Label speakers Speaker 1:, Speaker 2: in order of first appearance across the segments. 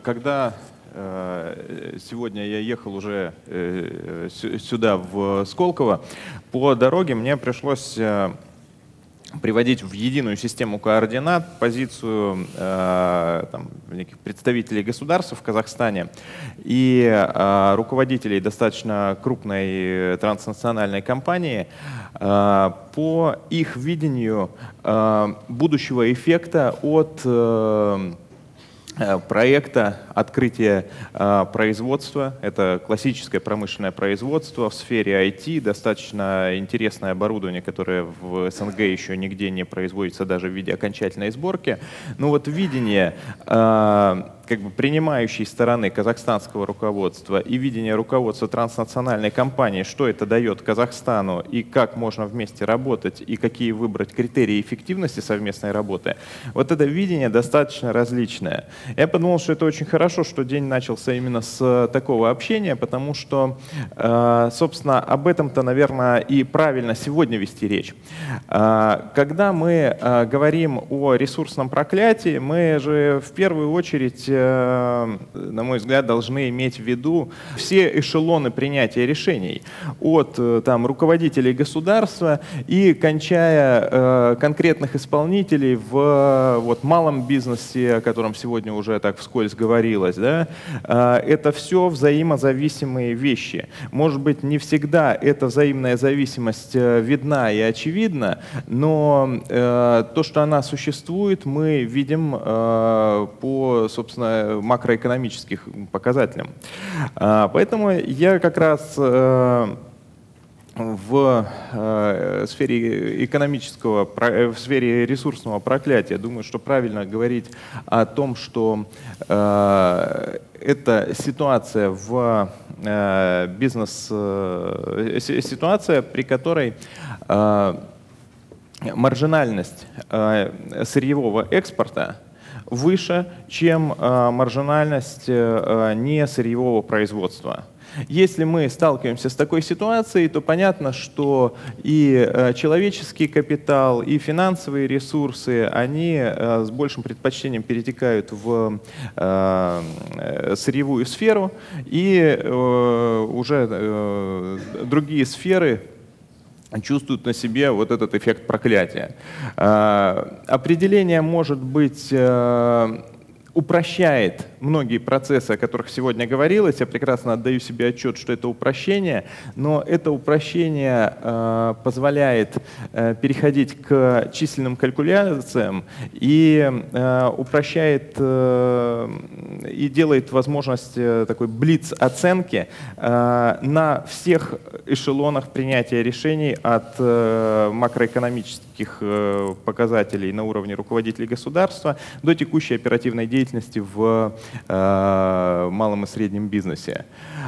Speaker 1: Когда сегодня я ехал уже сюда, в Сколково, по дороге мне пришлось приводить в единую систему координат позицию неких представителей государства в Казахстане и руководителей достаточно крупной транснациональной компании по их видению будущего эффекта от проекта открытия производства. Это классическое промышленное производство в сфере IT, достаточно интересное оборудование, которое в СНГ еще нигде не производится даже в виде окончательной сборки. Но вот видение принимающей стороны казахстанского руководства и видение руководства транснациональной компании, что это дает Казахстану и как можно вместе работать и какие выбрать критерии эффективности совместной работы, вот это видение достаточно различное. Я подумал, что это очень хорошо, что день начался именно с такого общения, потому что, собственно, об этом-то, наверное, и правильно сегодня вести речь. Когда мы говорим о ресурсном проклятии, мы же в первую очередь, на мой взгляд, должны иметь в виду все эшелоны принятия решений, от руководителей государства и кончая конкретных исполнителей в малом бизнесе, о котором сегодня уже так вскользь говорилось. Да? Это все взаимозависимые вещи. Может быть, не всегда эта взаимная зависимость видна и очевидна, но то, что она существует, мы видим по, собственно, макроэкономическим показателям. Поэтому я как раз в сфере экономического, в сфере ресурсного проклятия думаю, что правильно говорить о том, что это ситуация в ситуация, при которой маржинальность сырьевого экспорта выше, чем маржинальность не сырьевого производства. Если мы сталкиваемся с такой ситуацией, то понятно, что и человеческий капитал, и финансовые ресурсы, они с большим предпочтением перетекают в сырьевую сферу, и уже другие сферы чувствуют на себе вот этот эффект проклятия. Определение, может быть, упрощает многие процессы, о которых сегодня говорилось. Я прекрасно отдаю себе отчет, что это упрощение, но это упрощение позволяет переходить к численным калькуляциям и упрощает и делает возможность такой блиц-оценки на всех эшелонах принятия решений от макроэкономических показателей на уровне руководителей государства до текущей оперативной деятельности в малом и среднем бизнесе.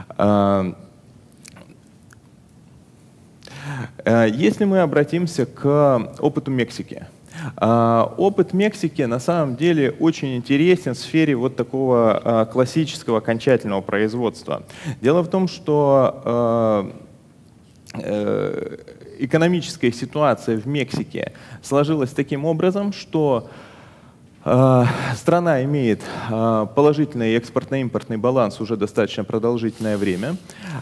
Speaker 1: Если мы обратимся к опыту Мексики, опыт Мексики на самом деле очень интересен в сфере вот такого классического окончательного производства. Дело в том, что экономическая ситуация в Мексике сложилась таким образом, что страна имеет положительный экспортно-импортный баланс уже достаточно продолжительное время.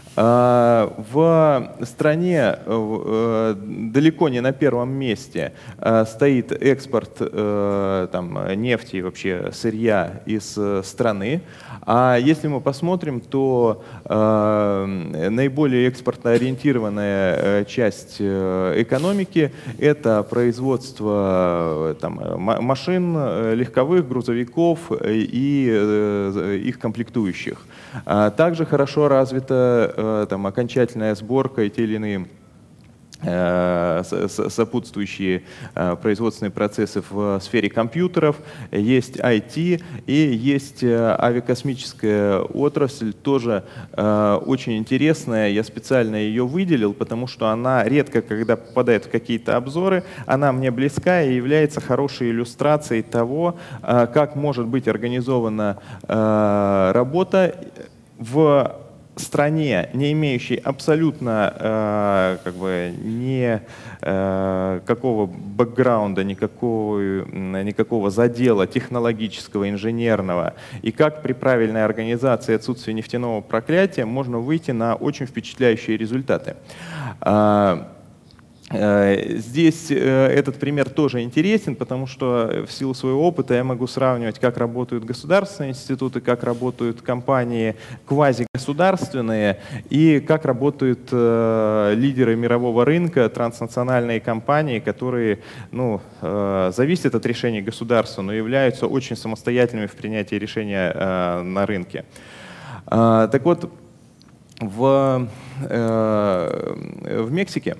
Speaker 1: В стране далеко не на первом месте стоит экспорт нефти и вообще сырья из страны. А если мы посмотрим, то наиболее экспортно-ориентированная часть экономики – это производство машин, легковых, грузовиков и их комплектующих. Также хорошо развита окончательная сборка и те или иные сопутствующие производственные процессы в сфере компьютеров, есть IT и есть авиакосмическая отрасль, тоже очень интересная. Я специально ее выделил, потому что она редко, когда попадает в какие-то обзоры, она мне близка и является хорошей иллюстрацией того, как может быть организована работа в стране, не имеющей абсолютно как бы никакого бэкграунда, никакого задела технологического, инженерного, и как при правильной организации отсутствия нефтяного проклятия можно выйти на очень впечатляющие результаты. Здесь этот пример тоже интересен, потому что в силу своего опыта я могу сравнивать, как работают государственные институты, как работают компании квазигосударственные и как работают лидеры мирового рынка, транснациональные компании, которые зависят от решений государства, но являются очень самостоятельными в принятии решения на рынке. Так вот, в Мексике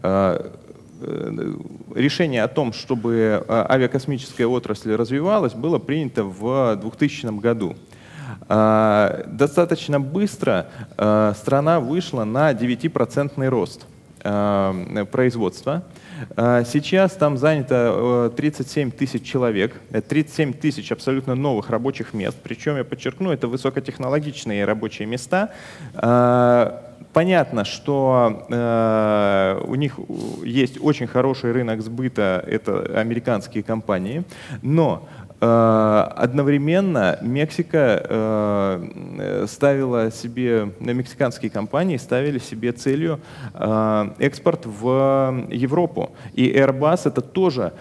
Speaker 1: решение о том, чтобы авиакосмическая отрасль развивалась, было принято в 2000 году. Достаточно быстро страна вышла на 9% рост производства. Сейчас там занято 37 тысяч человек, 37 тысяч абсолютно новых рабочих мест, причем, я подчеркну, это высокотехнологичные рабочие места. Понятно, что у них есть очень хороший рынок сбыта, это американские компании, но одновременно Мексика ставила себе, мексиканские компании ставили себе целью экспорт в Европу. И Airbus — это тоже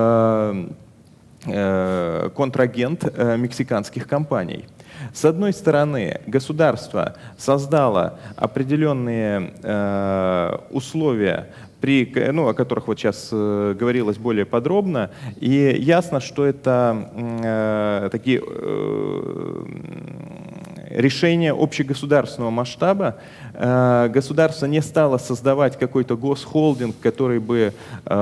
Speaker 1: контрагент мексиканских компаний. С одной стороны, государство создало определенные условия, о которых вот сейчас говорилось более подробно, и ясно, что это такие решения общегосударственного масштаба. Государство не стало создавать какой-то госхолдинг, который бы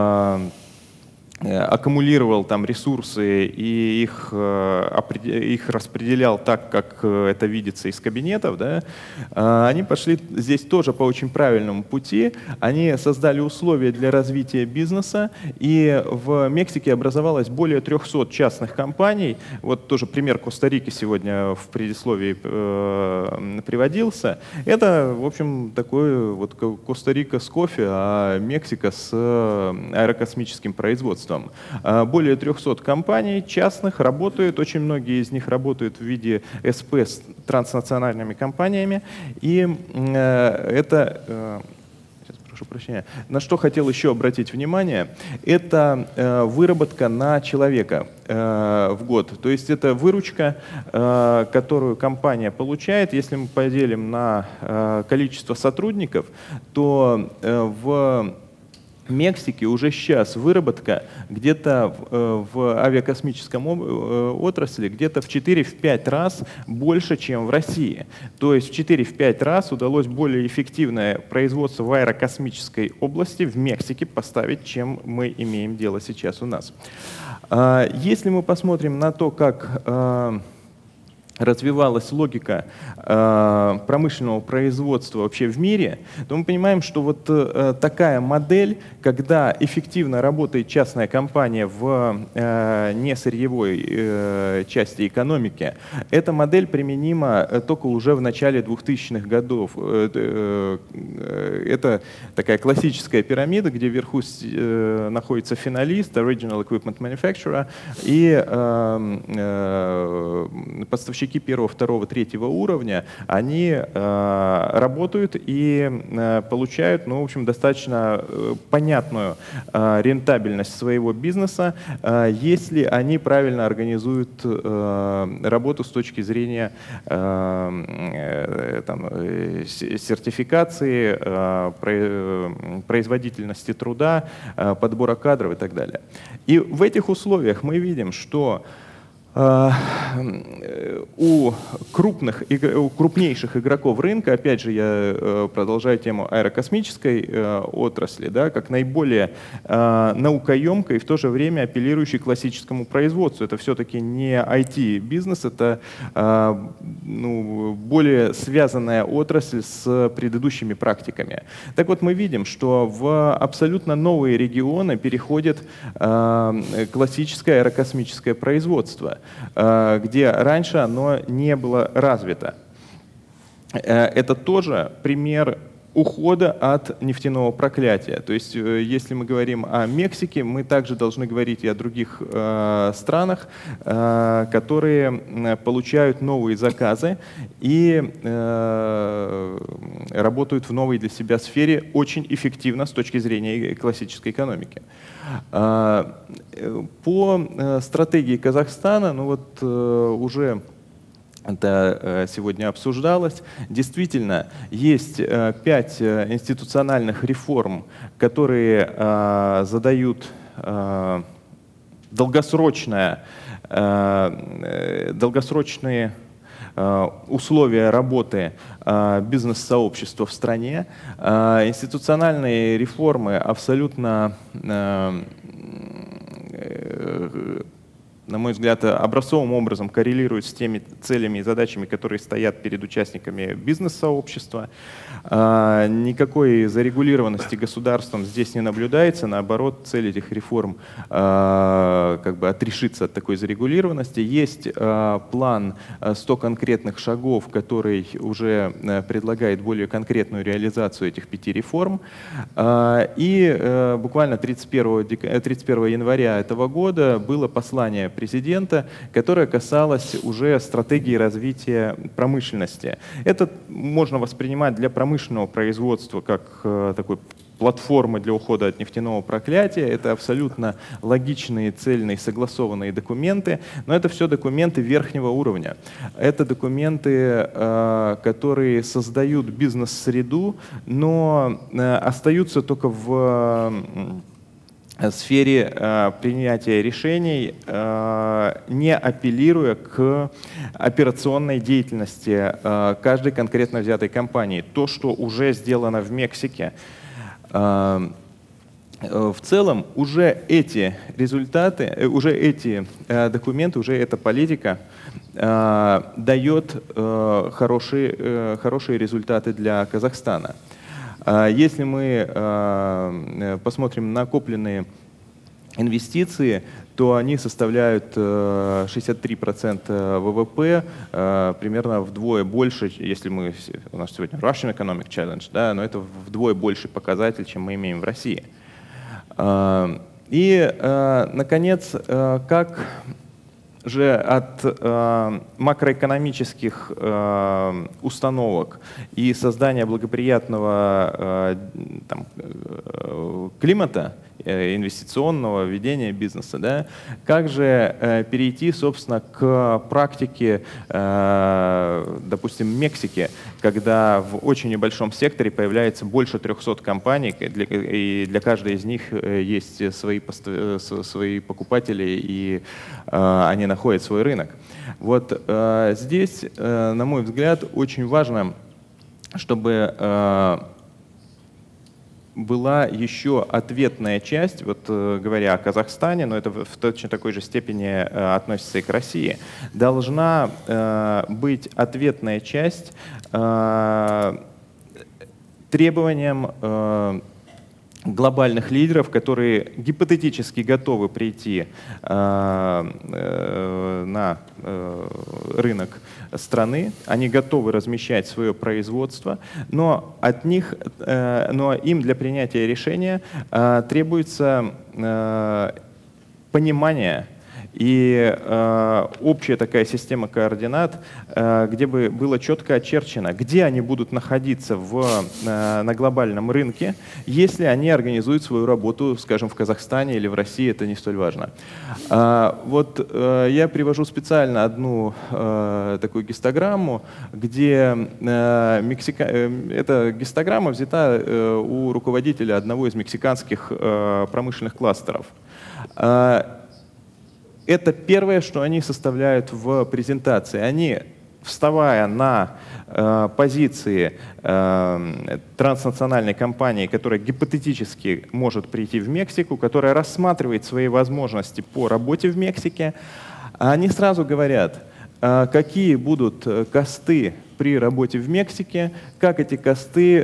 Speaker 1: аккумулировал там ресурсы и их распределял так, как это видится из кабинетов, да, они пошли здесь тоже по очень правильному пути. Они создали условия для развития бизнеса, и в Мексике образовалось более 300 частных компаний. Вот тоже пример Коста-Рики сегодня в предисловии приводился. Это, в общем, такой вот Коста-Рика с кофе, а Мексика с аэрокосмическим производством. Более 300 компаний частных работают, очень многие из них работают в виде СП с транснациональными компаниями. И это, сейчас прошу прощения, на что хотел еще обратить внимание, это выработка на человека в год. То есть это выручка, которую компания получает. Если мы поделим на количество сотрудников, то в Мексике уже сейчас выработка где-то в авиакосмическом отрасли где-то в 4-5 раз больше, чем в России. То есть в 4-5 раз удалось более эффективное производство в аэрокосмической области в Мексике поставить, чем мы имеем дело сейчас у нас. Если мы посмотрим на то, как развивалась логика промышленного производства вообще в мире, то мы понимаем, что вот такая модель, когда эффективно работает частная компания в несырьевой части экономики, эта модель применима только уже в начале 2000-х годов. Это такая классическая пирамида, где вверху находится финалист, Original Equipment Manufacturer, и поставщики первого, второго, третьего уровня, они работают и получают, в общем, достаточно понятную рентабельность своего бизнеса, если они правильно организуют работу с точки зрения сертификации, производительности труда, подбора кадров и так далее. И в этих условиях мы видим, что у крупнейших игроков рынка, опять же, я продолжаю тему аэрокосмической отрасли, да, как наиболее наукоемкой и в то же время апеллирующей к классическому производству. Это все-таки не IT-бизнес, это более связанная отрасль с предыдущими практиками. Так вот, мы видим, что в абсолютно новые регионы переходит классическое аэрокосмическое производство, где раньше оно не было развито. это тоже пример ухода от нефтяного проклятия. То есть, если мы говорим о Мексике, мы также должны говорить и о других странах, которые получают новые заказы и работают в новой для себя сфере очень эффективно с точки зрения классической экономики. По стратегии Казахстана, ну вот уже это сегодня обсуждалось. Действительно, есть 5 институциональных реформ, которые задают долгосрочные условия работы бизнес-сообщества в стране. Институциональные реформы абсолютно, на мой взгляд, образцовым образом коррелируют с теми целями и задачами, которые стоят перед участниками бизнес-сообщества. Никакой зарегулированности государством здесь не наблюдается. Наоборот, цель этих реформ как бы отрешиться от такой зарегулированности. Есть план 100 конкретных шагов, который уже предлагает более конкретную реализацию этих 5 реформ. И буквально 31 января этого года было послание президента, которое касалось уже стратегии развития промышленности. Это можно воспринимать для промышленного производства как такой платформы для ухода от нефтяного проклятия. Это абсолютно логичные, цельные, согласованные документы, но это все документы верхнего уровня. Это документы, которые создают бизнес-среду, но остаются только в сфере принятия решений, не апеллируя к операционной деятельности каждой конкретно взятой компании. То, что уже сделано в Мексике, в целом уже эти результаты, уже эти документы, уже эта политика дает хорошие результаты для Казахстана. Если мы посмотрим на накопленные инвестиции, то они составляют 63% ВВП, примерно вдвое больше, если у нас сегодня Russian Economic Challenge, да, но это вдвое больший показатель, чем мы имеем в России. И, наконец, как же от макроэкономических установок и создания благоприятного климата, инвестиционного ведения бизнеса, да, как же перейти, собственно, к практике, допустим, Мексики, когда в очень небольшом секторе появляется больше 300 компаний, и для каждой из них есть свои покупатели, и они находят свой рынок. Вот здесь, на мой взгляд, очень важно, чтобы была еще ответная часть, вот говоря о Казахстане, но это в точно такой же степени относится и к России, должна быть ответная часть требованиям глобальных лидеров, которые гипотетически готовы прийти на рынок страны, они готовы размещать свое производство, но им для принятия решения требуется понимание и общая такая система координат, где бы было четко очерчено, где они будут находиться на глобальном рынке, если они организуют свою работу, скажем, в Казахстане или в России, это не столь важно. Вот я привожу специально одну такую гистограмму, где эта гистограмма взята у руководителя одного из мексиканских промышленных кластеров. Это первое, что они составляют в презентации. Они, вставая на позиции транснациональной компании, которая гипотетически может прийти в Мексику, которая рассматривает свои возможности по работе в Мексике, они сразу говорят, какие будут косты при работе в Мексике, как эти косты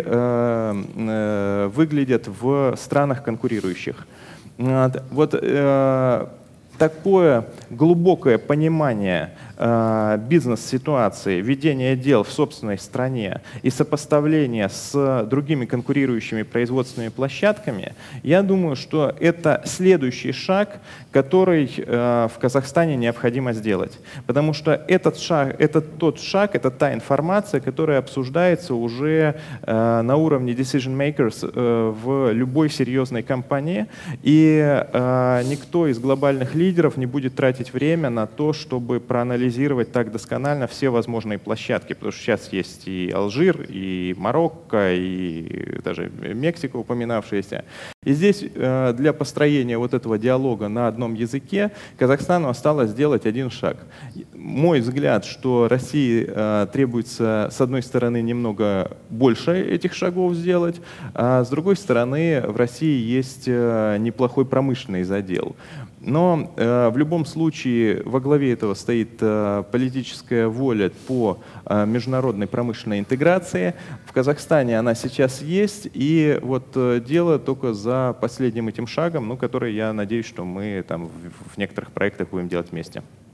Speaker 1: выглядят в странах конкурирующих. Вот такое глубокое понимание бизнес-ситуации, ведения дел в собственной стране и сопоставление с другими конкурирующими производственными площадками, я думаю, что это следующий шаг, который в Казахстане необходимо сделать. Потому что этот шаг, это тот шаг, это та информация, которая обсуждается уже на уровне decision makers в любой серьезной компании, и никто из глобальных лидеров не будет тратить время на то, чтобы проанализировать так досконально все возможные площадки, потому что сейчас есть и Алжир, и Марокко, и даже Мексика упоминавшаяся. И здесь для построения вот этого диалога на одном языке Казахстану осталось сделать один шаг. Мой взгляд, что России требуется, с одной стороны, немного больше этих шагов сделать, а с другой стороны, в России есть неплохой промышленный задел. Но в любом случае во главе этого стоит политическая воля по международной промышленной интеграции. В Казахстане она сейчас есть, и вот дело только за последним этим шагом, ну, который, я надеюсь, что мы там в некоторых проектах будем делать вместе.